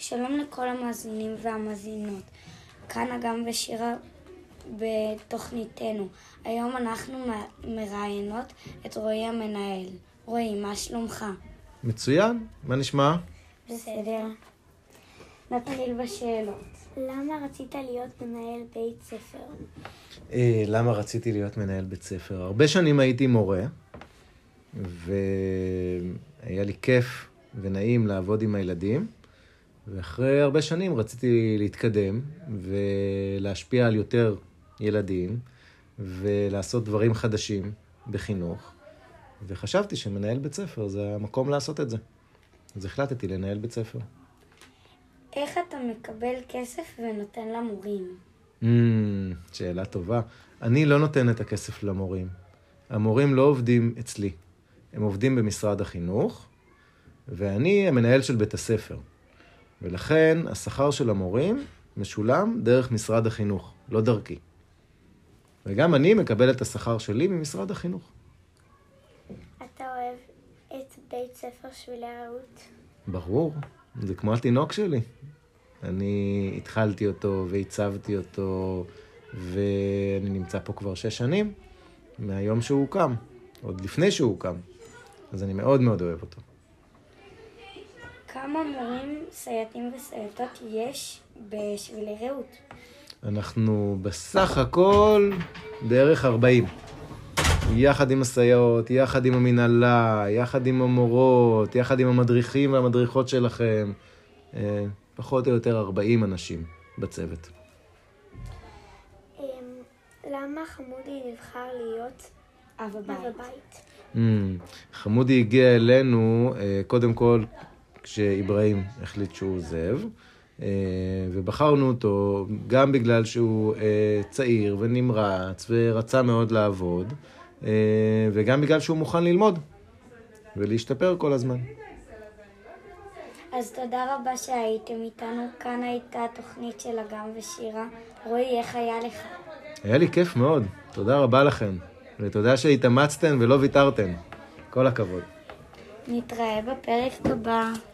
שלום לכל המאזינים והמאזינות. כאן אגם ושירה בתוכניתנו. היום אנחנו מראיינות את רועי המנהל. רועי, מה שלומך? מצוין, מה נשמע? בסדר. נתחיל בשאלות. למה רצית להיות מנהל בית ספר? למה רציתי להיות מנהל בית ספר? הרבה שנים הייתי מורה, והיה לי כיף ונעים לעבוד עם הילדים, ואחרי הרבה שנים רציתי להתקדם ולהשפיע על יותר ילדים, ולעשות דברים חדשים בחינוך, וחשבתי שמנהל בית ספר זה המקום לעשות את זה. אז החלטתי לנהל בית ספר. איך אתה מקבל כסף ונותן למורים? שאלה טובה. אני לא נותן את הכסף למורים. המורים לא עובדים אצלי. הם עובדים במשרד החינוך, ואני המנהל של בית הספר. ולכן השכר של המורים משולם דרך משרד החינוך, לא דרכי. וגם אני מקבל את השכר שלי ממשרד החינוך. אתה אוהב את בית ספר שבילי רעות? ברור, זה כמו התינוק שלי. אני התחלתי אותו והצבתי אותו, ואני נמצא פה כבר 6 שנים, מהיום שהוא הוקם, עוד לפני שהוא הוקם. אז אני מאוד מאוד אוהב אותו. כמה מורים, סייעתים וסייעתות יש בשבילי רעות? אנחנו בסך הכל בערך 40. יחד עם הסייעות, יחד עם המנהלה, יחד עם המורות, יחד עם המדריכים והמדריכות שלכם. פחות או יותר 40 אנשים בצוות. למה חמודי נבחר להיות אב הבית? חמודי הגיע אלינו קודם כל כשאיברהים החליט שהוא עוזב, ובחרנו אותו גם בגלל שהוא צעיר ונמרץ ורצה מאוד לעבוד, וגם בגלל שהוא מוכן ללמוד ולהשתפר כל הזמן. אז תודה רבה שהייתם איתנו. כאן הייתה התוכנית של אגם ושירה. רועי, איך היה לך? היה לי כיף מאוד. תודה רבה לכם. ותודה שהתאמצתם ולא ויתרתם. כל הכבוד. נתראה בפרק הבא.